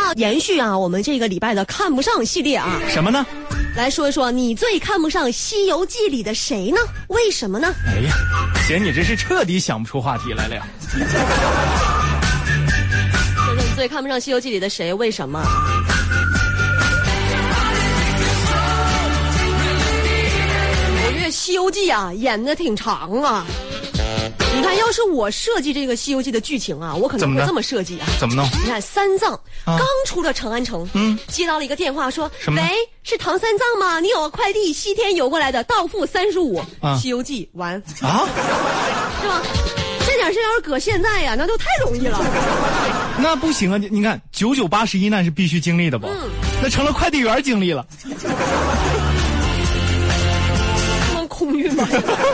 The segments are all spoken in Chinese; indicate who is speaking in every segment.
Speaker 1: 要延续啊我们这个礼拜的看不上系列啊。
Speaker 2: 什么呢？
Speaker 1: 来说一说你最看不上《西游记》里的谁呢？为什么呢？
Speaker 2: 哎呀，姐你这是彻底想不出话题来了呀。
Speaker 1: 就是你最看不上《西游记》里的谁？为什么？我觉得《西游记》啊演得挺长啊。你看，要是我设计这个《西游记》的剧情啊，我可能会这么设计啊。
Speaker 2: 怎么弄？
Speaker 1: 你看，三藏刚出了长安城，接到了一个电话说：“喂，是唐三藏吗？你有个快递西天邮过来的，到付35。西游记完啊，是吧？这点事要是搁现在呀，那都太容易了。
Speaker 2: 那不行啊！你看，9981难是必须经历的不？那成了快递员经历了。
Speaker 1: 光空运吗？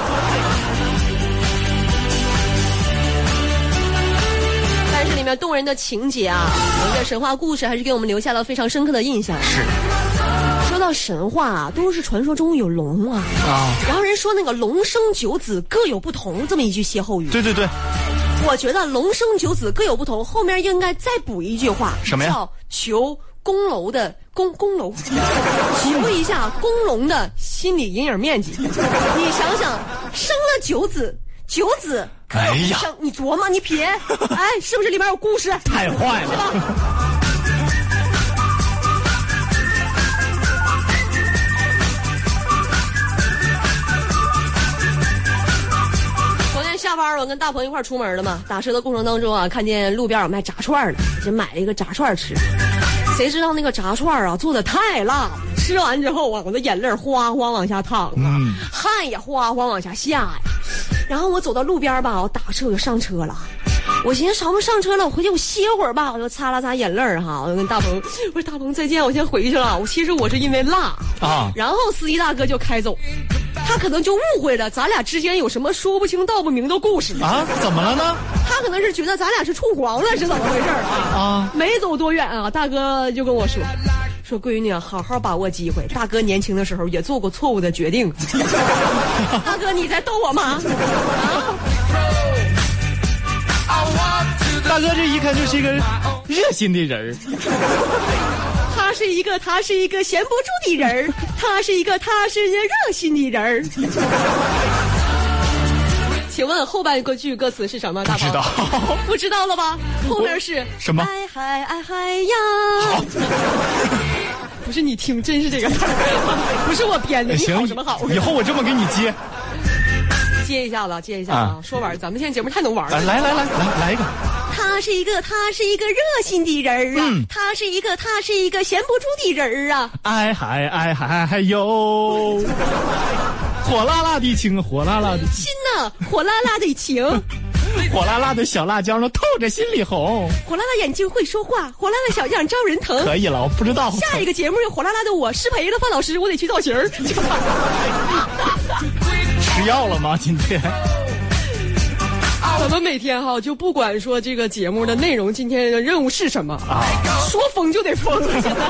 Speaker 1: 但是里面动人的情节啊，有一个神话故事还是给我们留下了非常深刻的印象。
Speaker 2: 是。
Speaker 1: 说到神话啊，都是传说中有龙啊，然后人说那个龙生九子各有不同，这么一句歇后语。
Speaker 2: 对对对。
Speaker 1: 我觉得龙生九子各有不同，后面应该再补一句话。
Speaker 2: 什么呀？
Speaker 1: 叫求公楼的公楼，求一下公龙的心理阴影面积。你想想，生了九子。
Speaker 2: 哎呀，
Speaker 1: 你琢磨，你撇，哎，是不是里面有故事？
Speaker 2: 太坏了，是吧？昨天下班我跟大鹏一块出门了嘛，打车的过程当中啊，看见路边有卖炸串的，就买了一个炸串吃。谁知道那个炸串啊做的太辣了，吃完之后啊，我的眼泪哗哗往下淌啊，汗也哗哗往下下呀。然后我走到路边吧，我打车我就上车了。我寻思啥不上车了，我回去我歇会儿吧，我就擦了擦眼泪哈，我就跟大鹏我说大鹏再见，我先回去了。其实我是因为辣啊。然后司机大哥就开走，他可能就误会了咱俩之间有什么说不清道不明的故事啊？怎么了呢？
Speaker 1: 他可能是觉得咱俩是处黄了，是怎么回事啊？没走多远啊，大哥就跟我说闺女啊，好好把握机会。大哥年轻的时候也做过错误的决定。大哥，你在逗我吗？
Speaker 2: 大哥这一看就是一个热心的人儿。
Speaker 1: 他是一个闲不住的人儿，他是一个热心的人儿。请问后半个句歌词是什么？大宝不知道了吧？后面是
Speaker 2: 什么？
Speaker 1: 爱海呀！不是你听，真是这个词儿，不是我编的。你好什么好？
Speaker 2: 以后我这么给你
Speaker 1: 接一下子啊！说完，咱们现在节目太能玩了。
Speaker 2: 来一个。
Speaker 1: 他是一个热心的人儿啊，他是一个闲不住的人儿啊。
Speaker 2: 爱海哟。火辣辣的情，火辣辣的
Speaker 1: 心呐，火辣辣的情，
Speaker 2: 火辣辣的小辣椒呢，透着心里红。
Speaker 1: 火辣辣眼睛会说话，火辣辣小样招人疼。
Speaker 2: 可以了，我不知道。
Speaker 1: 下一个节目有火辣辣的我失陪了范老师，我得去造型。
Speaker 2: 吃药了吗？今天？
Speaker 1: 咱们每天就不管说这个节目的内容，今天的任务是什么啊？说疯就得疯了，现在。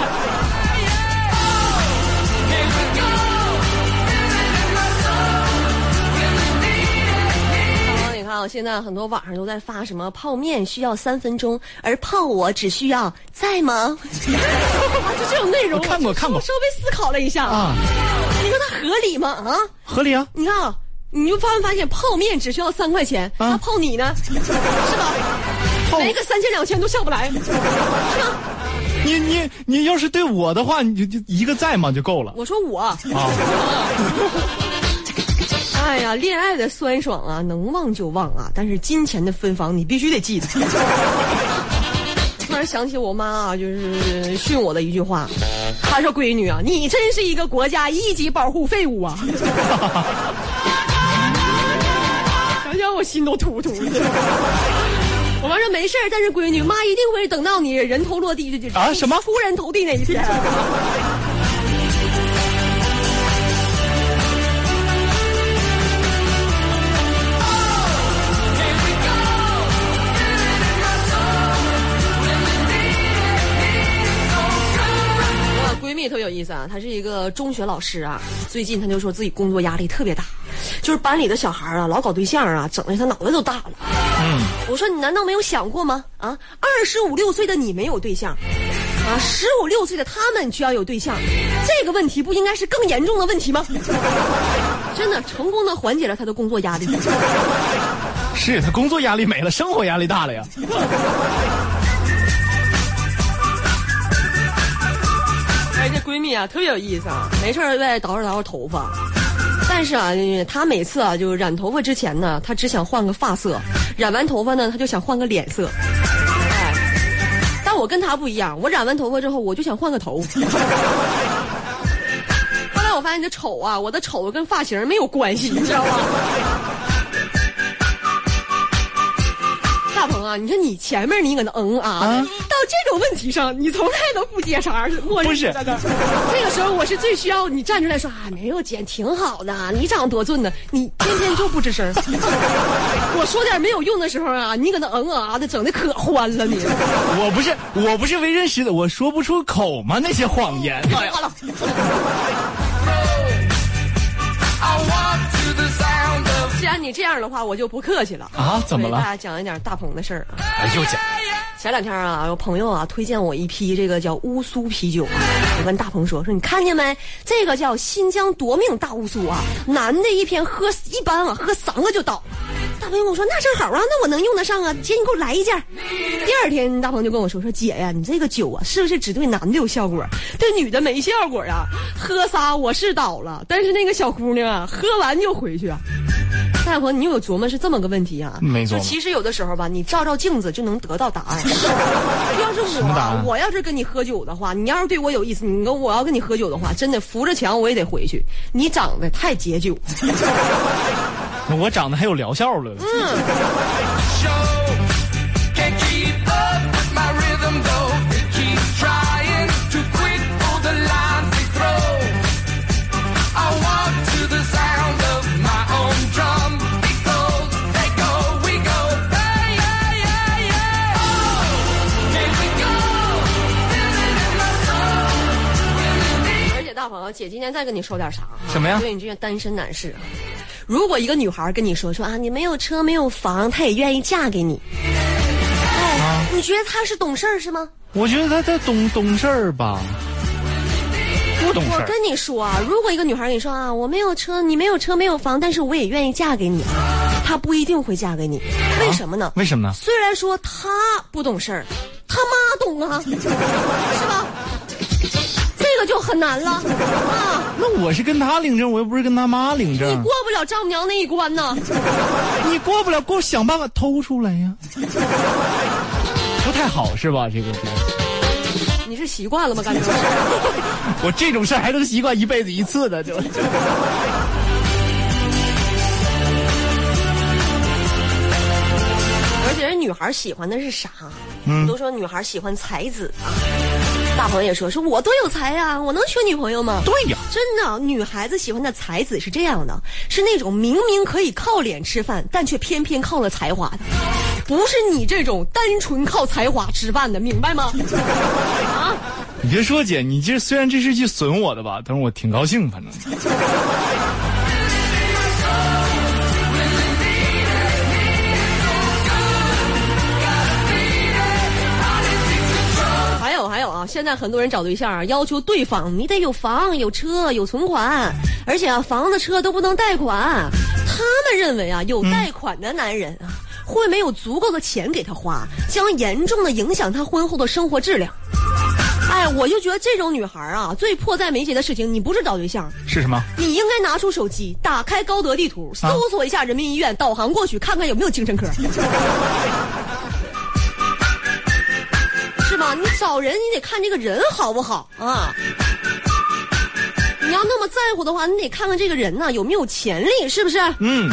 Speaker 1: 现在很多网上都在发什么泡面需要3分钟，而泡我只需要在吗？就这种内容，
Speaker 2: 我看过。
Speaker 1: 稍微思考了一下啊，你说它合理吗？啊，
Speaker 2: 合理啊！
Speaker 1: 你看啊，你就发现泡面只需要3块钱，那泡你呢？是吧？来个3000、2000都下不来，是吧？
Speaker 2: 你要是对我的话，你就一个在嘛就够了。
Speaker 1: 我说我啊。哎呀，恋爱的酸爽啊，能忘就忘啊，但是金钱的分房你必须得记得。突然想起我妈啊，就是训我的一句话，她说：“闺女啊，你真是一个国家1级保护废物啊！”想想我心都突突的。我妈说没事儿，但是闺女，妈一定会等到你人头落地
Speaker 2: 啊什么
Speaker 1: 出人头地那一天。闺蜜特别有意思啊，她是一个中学老师啊，最近她就说自己工作压力特别大，就是班里的小孩啊老搞对象啊，整得她脑袋都大了。我说你难道没有想过吗？啊，25、26岁的你没有对象，
Speaker 2: 啊，15、16岁的他们需要有对象，这个问题不应该是更严重的问题吗？真的，成功的缓解了他的工作压力。
Speaker 3: 是他工作压力没了，生活压力大了呀。
Speaker 2: 哎，这闺蜜啊特别有意思啊，没事儿在捯饬头发，但是啊，她每次啊就染头发之前呢，她只想换个发色，染完头发呢，她就想换个脸色。哎，但我跟她不一样，我染完头发之后，我就想换个头。后来我发现这丑啊，我的丑跟发型没有关系，你知道吗？大鹏啊，你说你前面你搁那到这种问题上，你从来都不接茬，默认在那。这个时候我是最需要你站出来说啊，没有姐挺好的，你长多俊呢，你天天就不吱声。我说点没有用的时候啊，你搁那的，整的可欢了你。
Speaker 3: 我不是为人师的，我说不出口吗？那些谎言。
Speaker 2: 哎呀，既然你这样的话，我就不客气了
Speaker 3: 啊！怎么了？
Speaker 2: 给大家讲一点大鹏的事儿啊！
Speaker 3: 又讲。
Speaker 2: 前2天啊，有朋友啊推荐我一批这个叫乌苏啤酒啊，我跟大鹏说你看见没？这个叫新疆夺命大乌苏啊，男的一瓶喝一般啊，喝3个就倒。大鹏跟我说那正好啊，那我能用得上啊，姐你给我来一件。第2天大鹏就跟我说姐呀，你这个酒啊是不是只对男的有效果，对女的没效果啊？喝仨我是倒了，但是那个小姑娘啊喝完就回去啊。大鹏，你有琢磨是这么个问题啊？
Speaker 3: 没错。
Speaker 2: 其实有的时候吧，你照照镜子就能得到答案。要是我要是跟你喝酒的话，你要是对我有意思，我要跟你喝酒的话，真的扶着墙我也得回去。你长得太解酒。
Speaker 3: 我长得还有疗效了。
Speaker 2: 大鹏，姐今天再跟你说点啥？
Speaker 3: 什么呀？
Speaker 2: 对你这些单身男士，如果一个女孩跟你说啊，你没有车没有房，她也愿意嫁给你，哎，你觉得她是懂事儿是吗？
Speaker 3: 我觉得她懂事儿吧。不懂事儿。
Speaker 2: 我跟你说啊，如果一个女孩跟你说啊，我没有车，你没有车没有房，但是我也愿意嫁给你，她不一定会嫁给你，为什么呢？
Speaker 3: 为什么呢？
Speaker 2: 虽然说她不懂事儿，她妈懂啊，是吧？这个就很难了啊！
Speaker 3: 那我是跟他领证，我又不是跟他妈领证。
Speaker 2: 你过不了丈母娘那一关呢。
Speaker 3: 你过不了，给我想办法偷出来呀！不太好是吧？这个
Speaker 2: 你是习惯了吗？感觉
Speaker 3: 我这种事儿还能习惯一辈子一次的就。
Speaker 2: 而且人女孩喜欢的是啥？都说女孩喜欢才子啊。大鹏也说我多有才呀，我能缺女朋友吗？
Speaker 3: 对呀，
Speaker 2: 真的，女孩子喜欢的才子是这样的，是那种明明可以靠脸吃饭，但却偏偏靠了才华的，不是你这种单纯靠才华吃饭的，明白吗？啊！
Speaker 3: 你别说姐，你这虽然这是句损我的吧，但是我挺高兴，反正。
Speaker 2: 还有啊，现在很多人找对象啊，要求对方你得有房、有车、有存款，而且啊，房子、车都不能贷款。他们认为啊，有贷款的男人啊，会没有足够的钱给他花，将严重的影响他婚后的生活质量。哎，我就觉得这种女孩啊，最迫在眉睫的事情，你不是找对象，
Speaker 3: 是什么？你
Speaker 2: 应该拿出手机，打开高德地图，搜索一下人民医院，导航过去，看看有没有精神科。是吧？你找人，你得看这个人好不好啊？你要那么在乎的话，你得看看这个人呢有没有潜力，是不是？人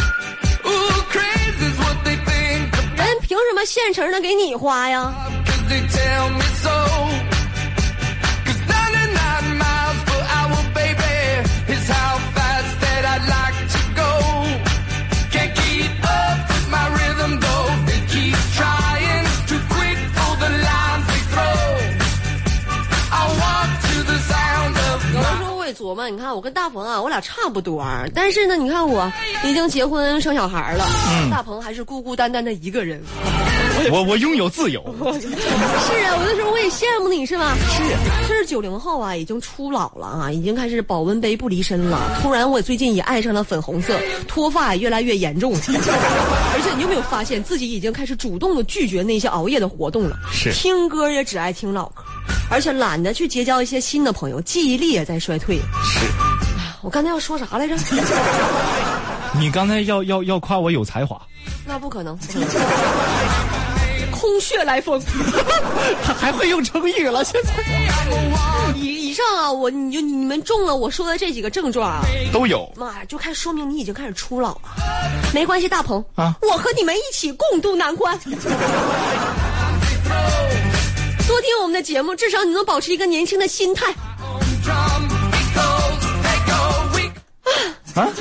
Speaker 2: 凭什么现成的给你花呀？琢磨，你看我跟大鹏啊，我俩差不多，但是呢，你看我已经结婚生小孩了，大鹏还是孤孤单单的一个人。
Speaker 3: 我拥有自由。
Speaker 2: 是啊，我那时候我也羡慕你，是吧？是。这是90后啊，已经初老了啊，已经开始保温杯不离身了。突然，我最近也爱上了粉红色，脱发也越来越严重了。而且你有没有发现自己已经开始主动的拒绝那些熬夜的活动了？
Speaker 3: 是。
Speaker 2: 听歌也只爱听老歌，而且懒得去结交一些新的朋友，记忆力也在衰退。
Speaker 3: 是。
Speaker 2: 我刚才要说啥来着？
Speaker 3: 你刚才要夸我有才华。
Speaker 2: 那不可能，空穴来风。
Speaker 3: 他还会用成语了，现在。
Speaker 2: 以上啊，你们中了我说的这几个症状啊，
Speaker 3: 都有。
Speaker 2: 妈呀，就开始说明你已经开始初老了。没关系，大鹏
Speaker 3: 啊，
Speaker 2: 我和你们一起共度难关。多听我们的节目，至少你能保持一个年轻的心态。
Speaker 3: 啊。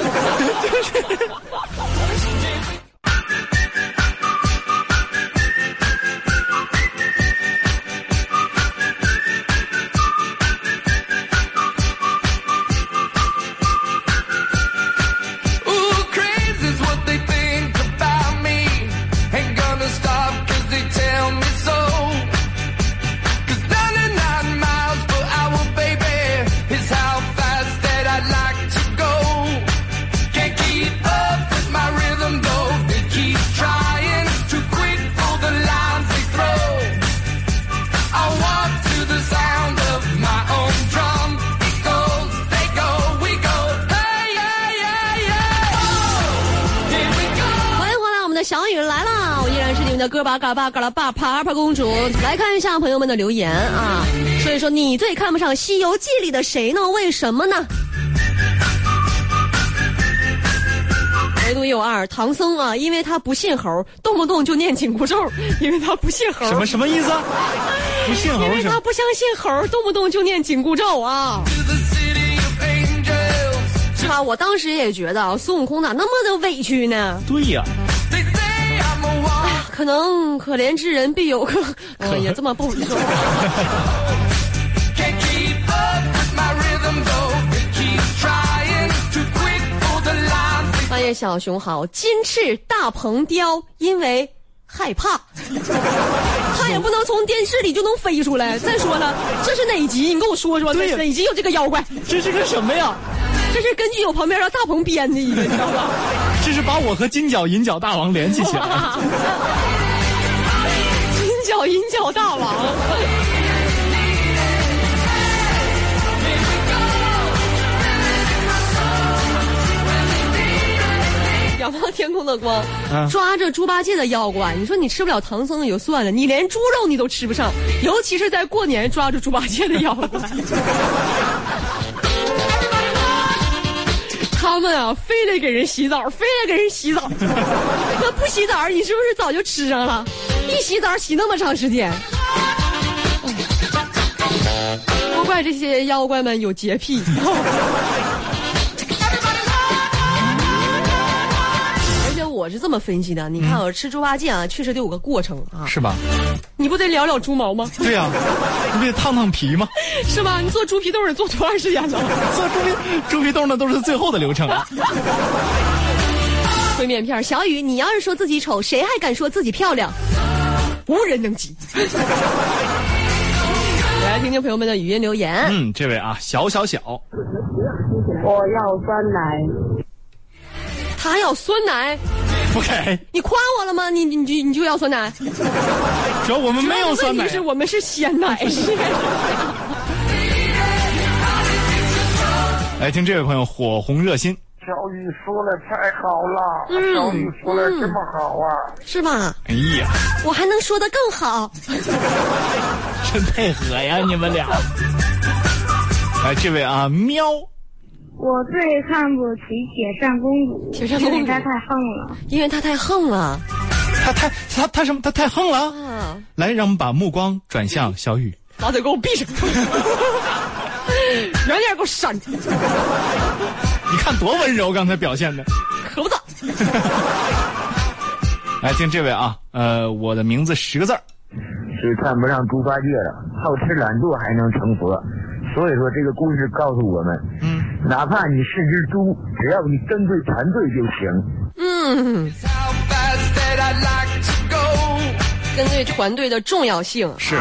Speaker 2: 小雨来了，我依然是你们的哥巴嘎巴嘎拉巴帕帕公主。来看一下朋友们的留言啊，所以说你最看不上《西游记》里的谁呢？为什么呢？唯独有二唐僧啊，因为他不信猴，动不动就念紧箍咒，因为他不信猴。
Speaker 3: 什么意思？不信猴？
Speaker 2: 因为他不相信猴，动不动就念紧箍咒啊。是吧？我当时也觉得孙悟空咋那么的委屈呢？
Speaker 3: 对呀。
Speaker 2: 可能可怜之人必有可，也这么不说。半夜小熊好，金翅大鹏雕，因为害怕，他也不能从电视里就能飞出来。再说了，这是哪集？你跟我说说，哪集有这个妖怪？
Speaker 3: 这是个什么呀？
Speaker 2: 这是根据我旁边的大鹏编的一个，你知道吧？
Speaker 3: 这是把我和金角银角大王联系起来。
Speaker 2: 金角银角大王。仰望天空的光，抓着猪八戒的妖怪，你说你吃不了唐僧也就算了，你连猪肉你都吃不上，尤其是在过年抓住猪八戒的妖怪。他们啊，非得给人洗澡，那不洗澡，你是不是早就吃上了？一洗澡洗那么长时间，不怪这些妖怪们有洁癖。而且我是这么分析的，你看我吃猪八戒啊，确实得有个过程啊，
Speaker 3: 是吧？
Speaker 2: 你不得撩撩猪毛吗？
Speaker 3: 对呀，你不得烫烫皮吗？
Speaker 2: 是吧？你做猪皮冻你做多长时间了？
Speaker 3: 做猪皮冻的都是最后的流程。
Speaker 2: 烩面片，小雨，你要是说自己丑，谁还敢说自己漂亮？无人能及。来听听朋友们的语音留言。
Speaker 3: 这位啊，小，
Speaker 4: 我要酸奶。
Speaker 2: 他要酸奶，
Speaker 3: 不给
Speaker 2: 你夸我了吗？你就要酸奶？
Speaker 3: 主要我们没有酸奶，
Speaker 2: 是我们是鲜奶。
Speaker 3: 来听这位朋友火红热心。
Speaker 4: 小雨说的太好了，小雨说的这么好啊，
Speaker 2: 是吧？
Speaker 3: 哎呀，
Speaker 2: 我还能说得更好。
Speaker 3: 真配合呀，你们俩。来这位啊，喵。
Speaker 5: 我最看不起铁扇公主，因为她太横了。
Speaker 2: 因为她太横了。
Speaker 3: 她什么？她太横了啊！来，让我们把目光转向小雨。
Speaker 2: 把嘴给我闭上！远点给我闪！
Speaker 3: 你看多温柔，刚才表现的。
Speaker 2: 可不咋。
Speaker 3: 来听这位啊，我的名字10个字儿。
Speaker 4: 是看不上猪八戒了，好吃懒惰还能成佛。所以说这个故事告诉我们，哪怕你是只猪，只要你跟对团队就行。
Speaker 2: 跟对团队的重要性。
Speaker 3: 是。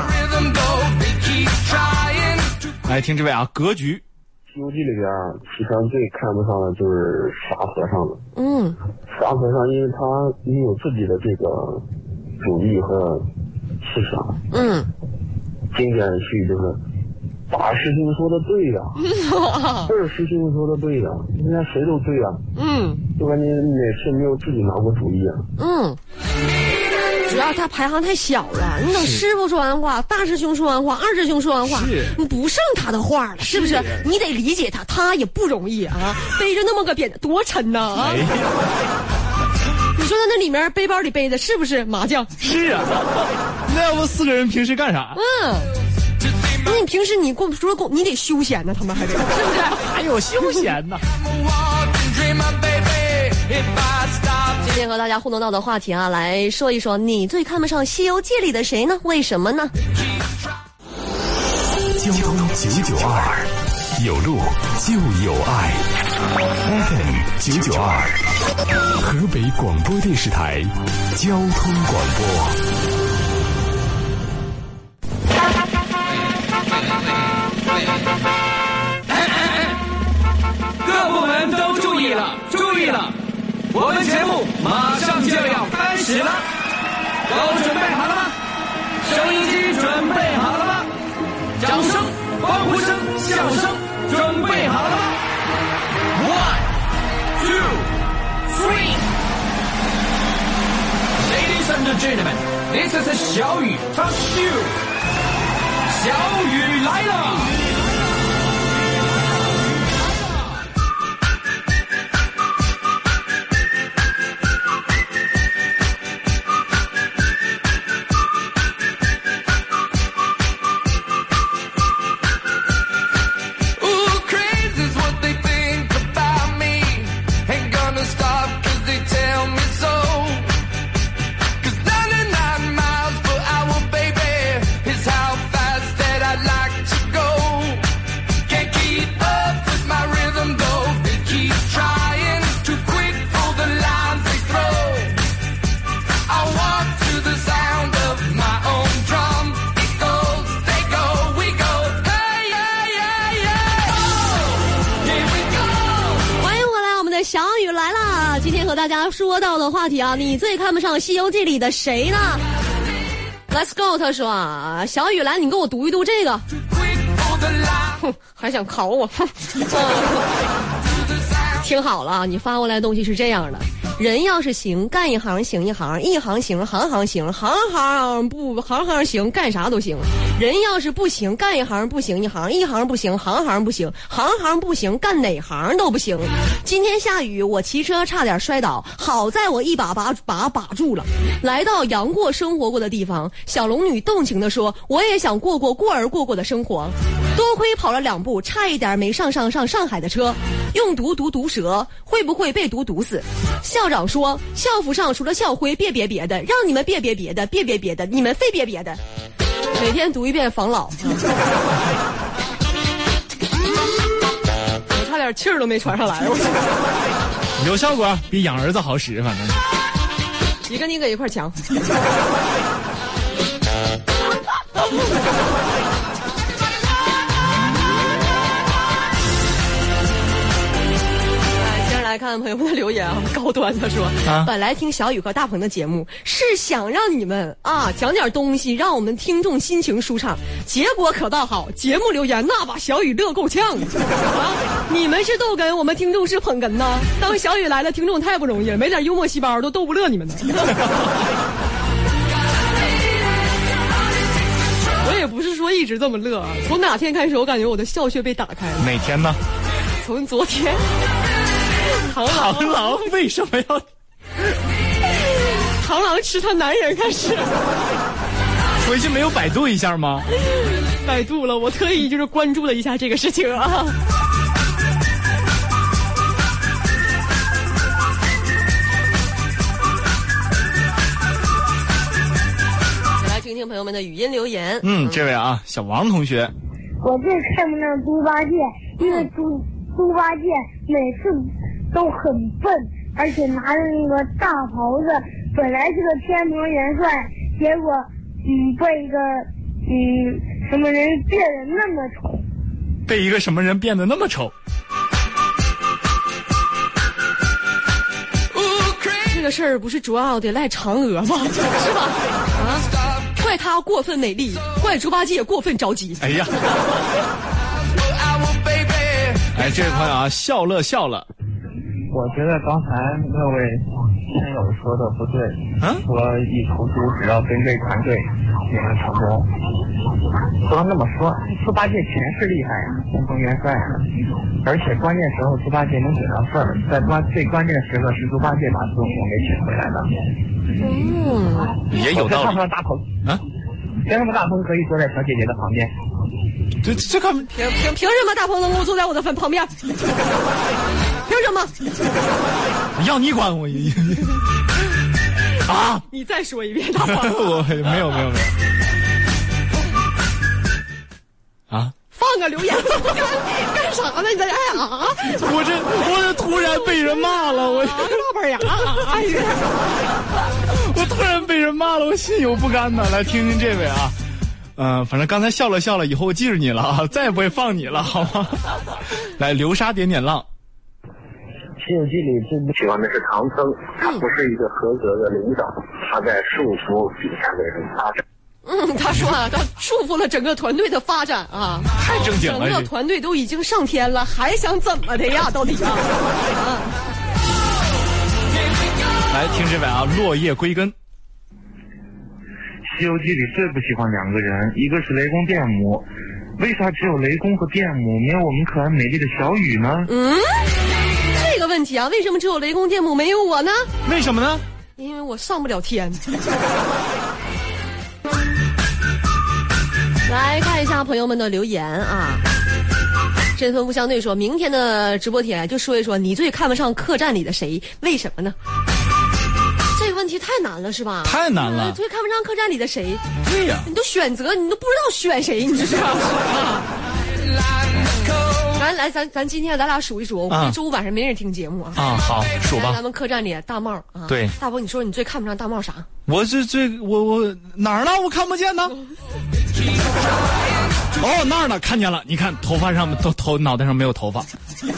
Speaker 3: 来听这位啊，格局。
Speaker 6: 西游记里边其实最看不上的就是傻和尚了。傻和尚因为他已经有自己的这个主义和思想。经典剧就是大师兄说的对呀，二师兄说的对呀，人家谁都对呀。就感觉哪次没有自己拿过主意啊。
Speaker 2: 主要他排行太小了，你等师傅说完话，大师兄说完话，二师兄说完话，你不上他的话了，是不是？你得理解他，他也不容易啊，背着那么个扁多沉呐啊！你说他那里面背包里背的是不是麻将？
Speaker 3: 是啊，那要不4个人平时干啥？
Speaker 2: 那你平时你你得休闲呢，他们还得是不是？
Speaker 3: 还有休闲呢。
Speaker 2: 今天和大家互动到的话题啊，来说一说你最看不上《西游记》里的谁呢？为什么呢？
Speaker 7: 交通992，有路就有爱。FM 992，河北广播电视台交通广播。
Speaker 8: 各部门都注意了，注意了！我们节目马上就要开始了，都准备好了吗？收音机准备好了吗？掌声、欢呼声、笑声准备好了吗 ？1, 2, 3. Ladies and gentlemen, this is 小雨 Talk Show。小雨来了。
Speaker 2: 小雨来了，今天和大家说到的话题啊，你最看不上《西游记》里的谁呢 ？Let's go， 他说啊，小雨来，你给我读一读这个。哼，还想考我？听好了，你发过来的东西是这样的：人要是行，干一行行一行，一行行行行行，行行不行行行，干啥都行。人要是不行，干一行不行一行，一行不行行行不行，行行不行，干哪行都不行。今天下雨，我骑车差点摔倒，好在我一把住了。来到杨过生活过的地方，小龙女动情地说：“我也想过过的生活。”多亏跑了2步，差一点没上海的车。用毒毒蛇，会不会被毒死？校长说：“校服上除了校徽，别的，让你们别的，你们非别的。”每天读一遍防老。我差点气儿都没传上来，
Speaker 3: 有效果，比养儿子好使，反正。
Speaker 2: 一个你搁一块强。来看朋友们的留言啊，高端他说本来听小雨和大鹏的节目是想让你们啊讲点东西，让我们听众心情舒畅，结果可倒好，节目留言那把小雨乐够呛啊！你们是逗哏，我们听众是捧哏呐。当小雨来了，听众太不容易了，没点幽默细胞都逗不乐你们呢。我也不是说一直这么乐啊，从哪天开始我感觉我的笑穴被打开了。
Speaker 3: 哪天呢？
Speaker 2: 从昨天。
Speaker 3: 螳螂为什么要？
Speaker 2: 螳螂吃他男人开始。
Speaker 3: 回去没有百度一下吗？
Speaker 2: 百度了，我特意就是关注了一下这个事情啊。来听听朋友们的语音留言。
Speaker 3: 这位啊，小王同学，
Speaker 5: 我最看不上猪八戒，因为猪八戒每次都很笨，而且拿着那个大袍子，本来是个天蓬元帅， 结果被一个什么人变得那么丑。
Speaker 3: 被一个什么人变得那么丑？
Speaker 2: 这个事儿不是主要得赖嫦娥吗？是吧？啊，怪他过分美丽，怪猪八戒过分着急。
Speaker 3: 哎呀，哎，这位朋友啊，笑了。
Speaker 6: 我觉得刚才那位亲友说的不对，说一头猪只要跟对团队也能成功。不能那么说，猪八戒全是厉害呀，先锋元帅呀，而且关键时候猪八戒能顶上份儿，在最关键的时刻是猪八戒把孙悟空给请回来的。
Speaker 3: 也有道理。
Speaker 6: 大鹏为什么大鹏可以坐在小姐姐的旁边？
Speaker 3: 这个
Speaker 2: 凭什么大鹏能够坐在我的旁边？凭什么？
Speaker 3: 要你管我啊！
Speaker 2: 你再说一遍，大鹏。
Speaker 3: 我没有。啊！
Speaker 2: 放个留言，干啥呢？你在啊？
Speaker 3: 我这突然被人骂了，我
Speaker 2: 大板牙！
Speaker 3: 我突然被人骂了，我心有不甘呢。来听听这位啊。反正刚才笑了，以后我记着你了啊，再也不会放你了，好吗？来，流沙点浪。
Speaker 4: 西游记里最不喜欢的是唐僧，他不是一个合格的领导，他在束缚底下的人发展。
Speaker 2: 他说啊，他束缚了整个团队的发展啊，
Speaker 3: 太正经了，
Speaker 2: 整个团队都已经上天了，还想怎么的呀？到底啊？
Speaker 3: 来听这位啊，落叶归根。
Speaker 6: 西游记里最不喜欢两个人，一个是雷公电母，为啥只有雷公和电母，没有我们可爱美丽的小雨呢？
Speaker 2: 这个问题啊，为什么只有雷公电母没有我呢？
Speaker 3: 为什么呢？
Speaker 2: 因为我上不了天。来看一下朋友们的留言啊。身份不相对说，明天的直播帖就说一说你最看不上客栈里的谁，为什么呢？这个问题太难了是吧？
Speaker 3: 太难了。
Speaker 2: 最看不上客栈里的谁？
Speaker 3: 对呀，
Speaker 2: 你都选择，你都不知道选谁，你知道吗？来，咱今天咱俩数一数，我估计周五晚上没人听节目啊。
Speaker 3: 好，数吧。
Speaker 2: 咱们客栈里大帽啊。
Speaker 3: 对，
Speaker 2: 大鹏，你说你最看不上大帽啥？
Speaker 3: 我哪儿呢？我看不见呢。哦，那儿呢，看见了。你看头发上脑袋上没有头发。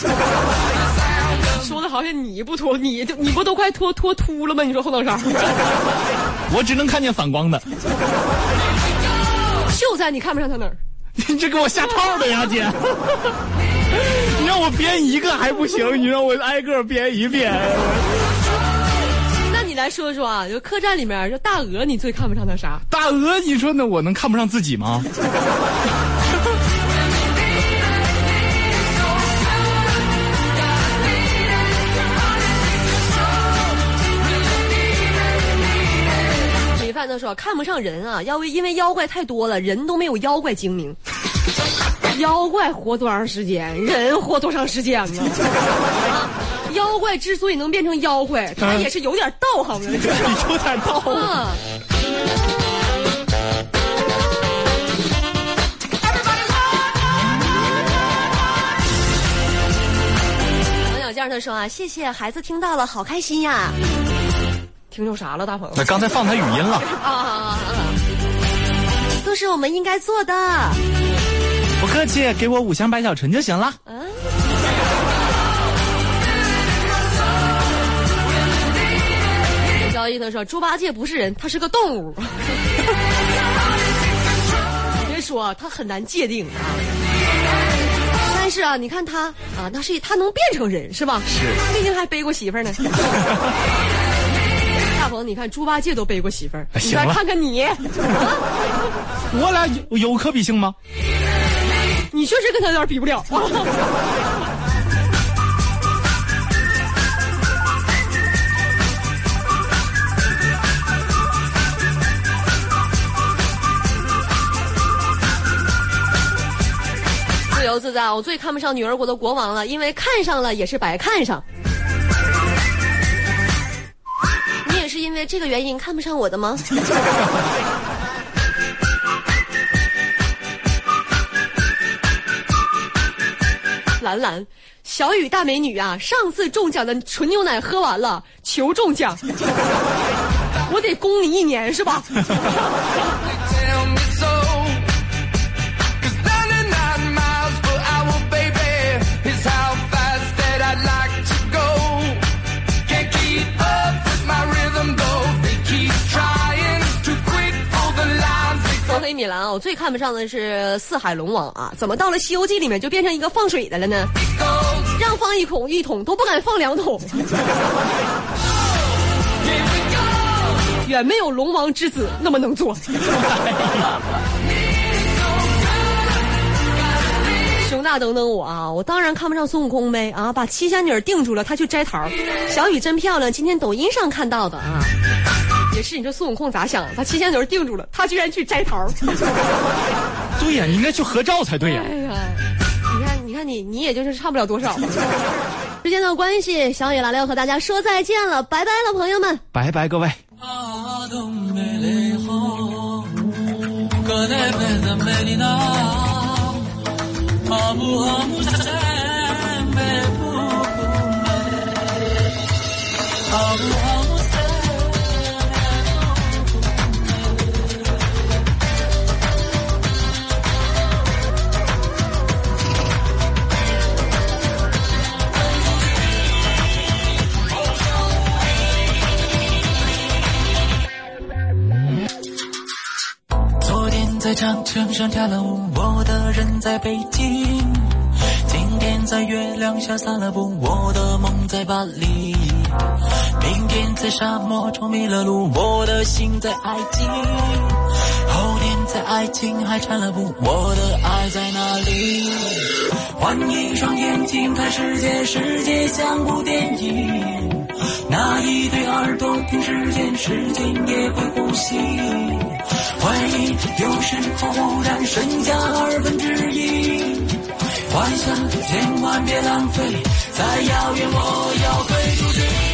Speaker 2: 说的好像你不脱，你不都快脱秃了吗？你说后脑勺。
Speaker 3: 我只能看见反光的。
Speaker 2: 秀才，你看不上他哪儿？
Speaker 3: 你这给我下套的呀，姐！你让我编一个还不行，你让我挨个编一遍。
Speaker 2: 那你来说说啊，就客栈里面就大鹅，你最看不上他啥？
Speaker 3: 大鹅，你说那我能看不上自己吗？
Speaker 2: 米饭都说看不上人啊，因为妖怪太多了，人都没有妖怪精明。妖怪活多长时间，人活多长时间呢？妖怪之所以能变成妖怪，他也是有点道行的，有
Speaker 3: 点道行。
Speaker 2: 王小健他说啊，谢谢孩子听到了，好开心呀。听着啥了，大鹏？
Speaker 3: 那刚才放他语音了。
Speaker 2: 都是我们应该做的。
Speaker 3: 不客气，给我5箱白小纯就行了。交易他说猪八戒不是人，他是个动物。别说他很难界定啊。但是啊，你看他啊，他能变成人是吧？ 是，
Speaker 2: 毕竟还背过媳妇呢。大鹏，你看猪八戒都背过媳妇儿，你再看看你，
Speaker 3: 我俩有可比性吗？
Speaker 2: 你确实跟他有点比不了。自由自在，我最看不上女儿国的国王了，因为看上了也是白看上。你也是因为这个原因看不上我的吗？兰兰，小雨大美女啊，上次中奖的纯牛奶喝完了，求中奖。 我得供你1年是吧？黑米兰啊，我最看不上的是四海龙王啊，怎么到了《西游记》里面就变成一个放水的了呢？让放一桶都不敢放2桶。远没有龙王之子那么能做。熊大等等我啊，我当然看不上孙悟空呗啊，把七仙女定住了，他去摘桃。小雨真漂亮，今天抖音上看到的啊。也是，你说孙悟空咋想？把七仙女定住了，他居然去摘桃。
Speaker 3: 对呀，你应该去合照才对呀。
Speaker 2: 哎呀，你看你也就是差不了多少。时间的关系，小雨来了要和大家说再见了，拜拜了，朋友们，
Speaker 3: 拜拜各位。
Speaker 9: 在长城上跳了舞，我的人在北京。今天在月亮下散了步，我的梦在巴黎。明天在沙漠中迷了路，我的心在埃及。后天在爱琴海缠了布，我的爱在哪里？换一双眼睛看世界，世界像部电影。那一对耳朵听时间，时间也会呼吸。回忆有时候忽然剩下1/2，幻想千万别浪费，再遥远我要飞出去。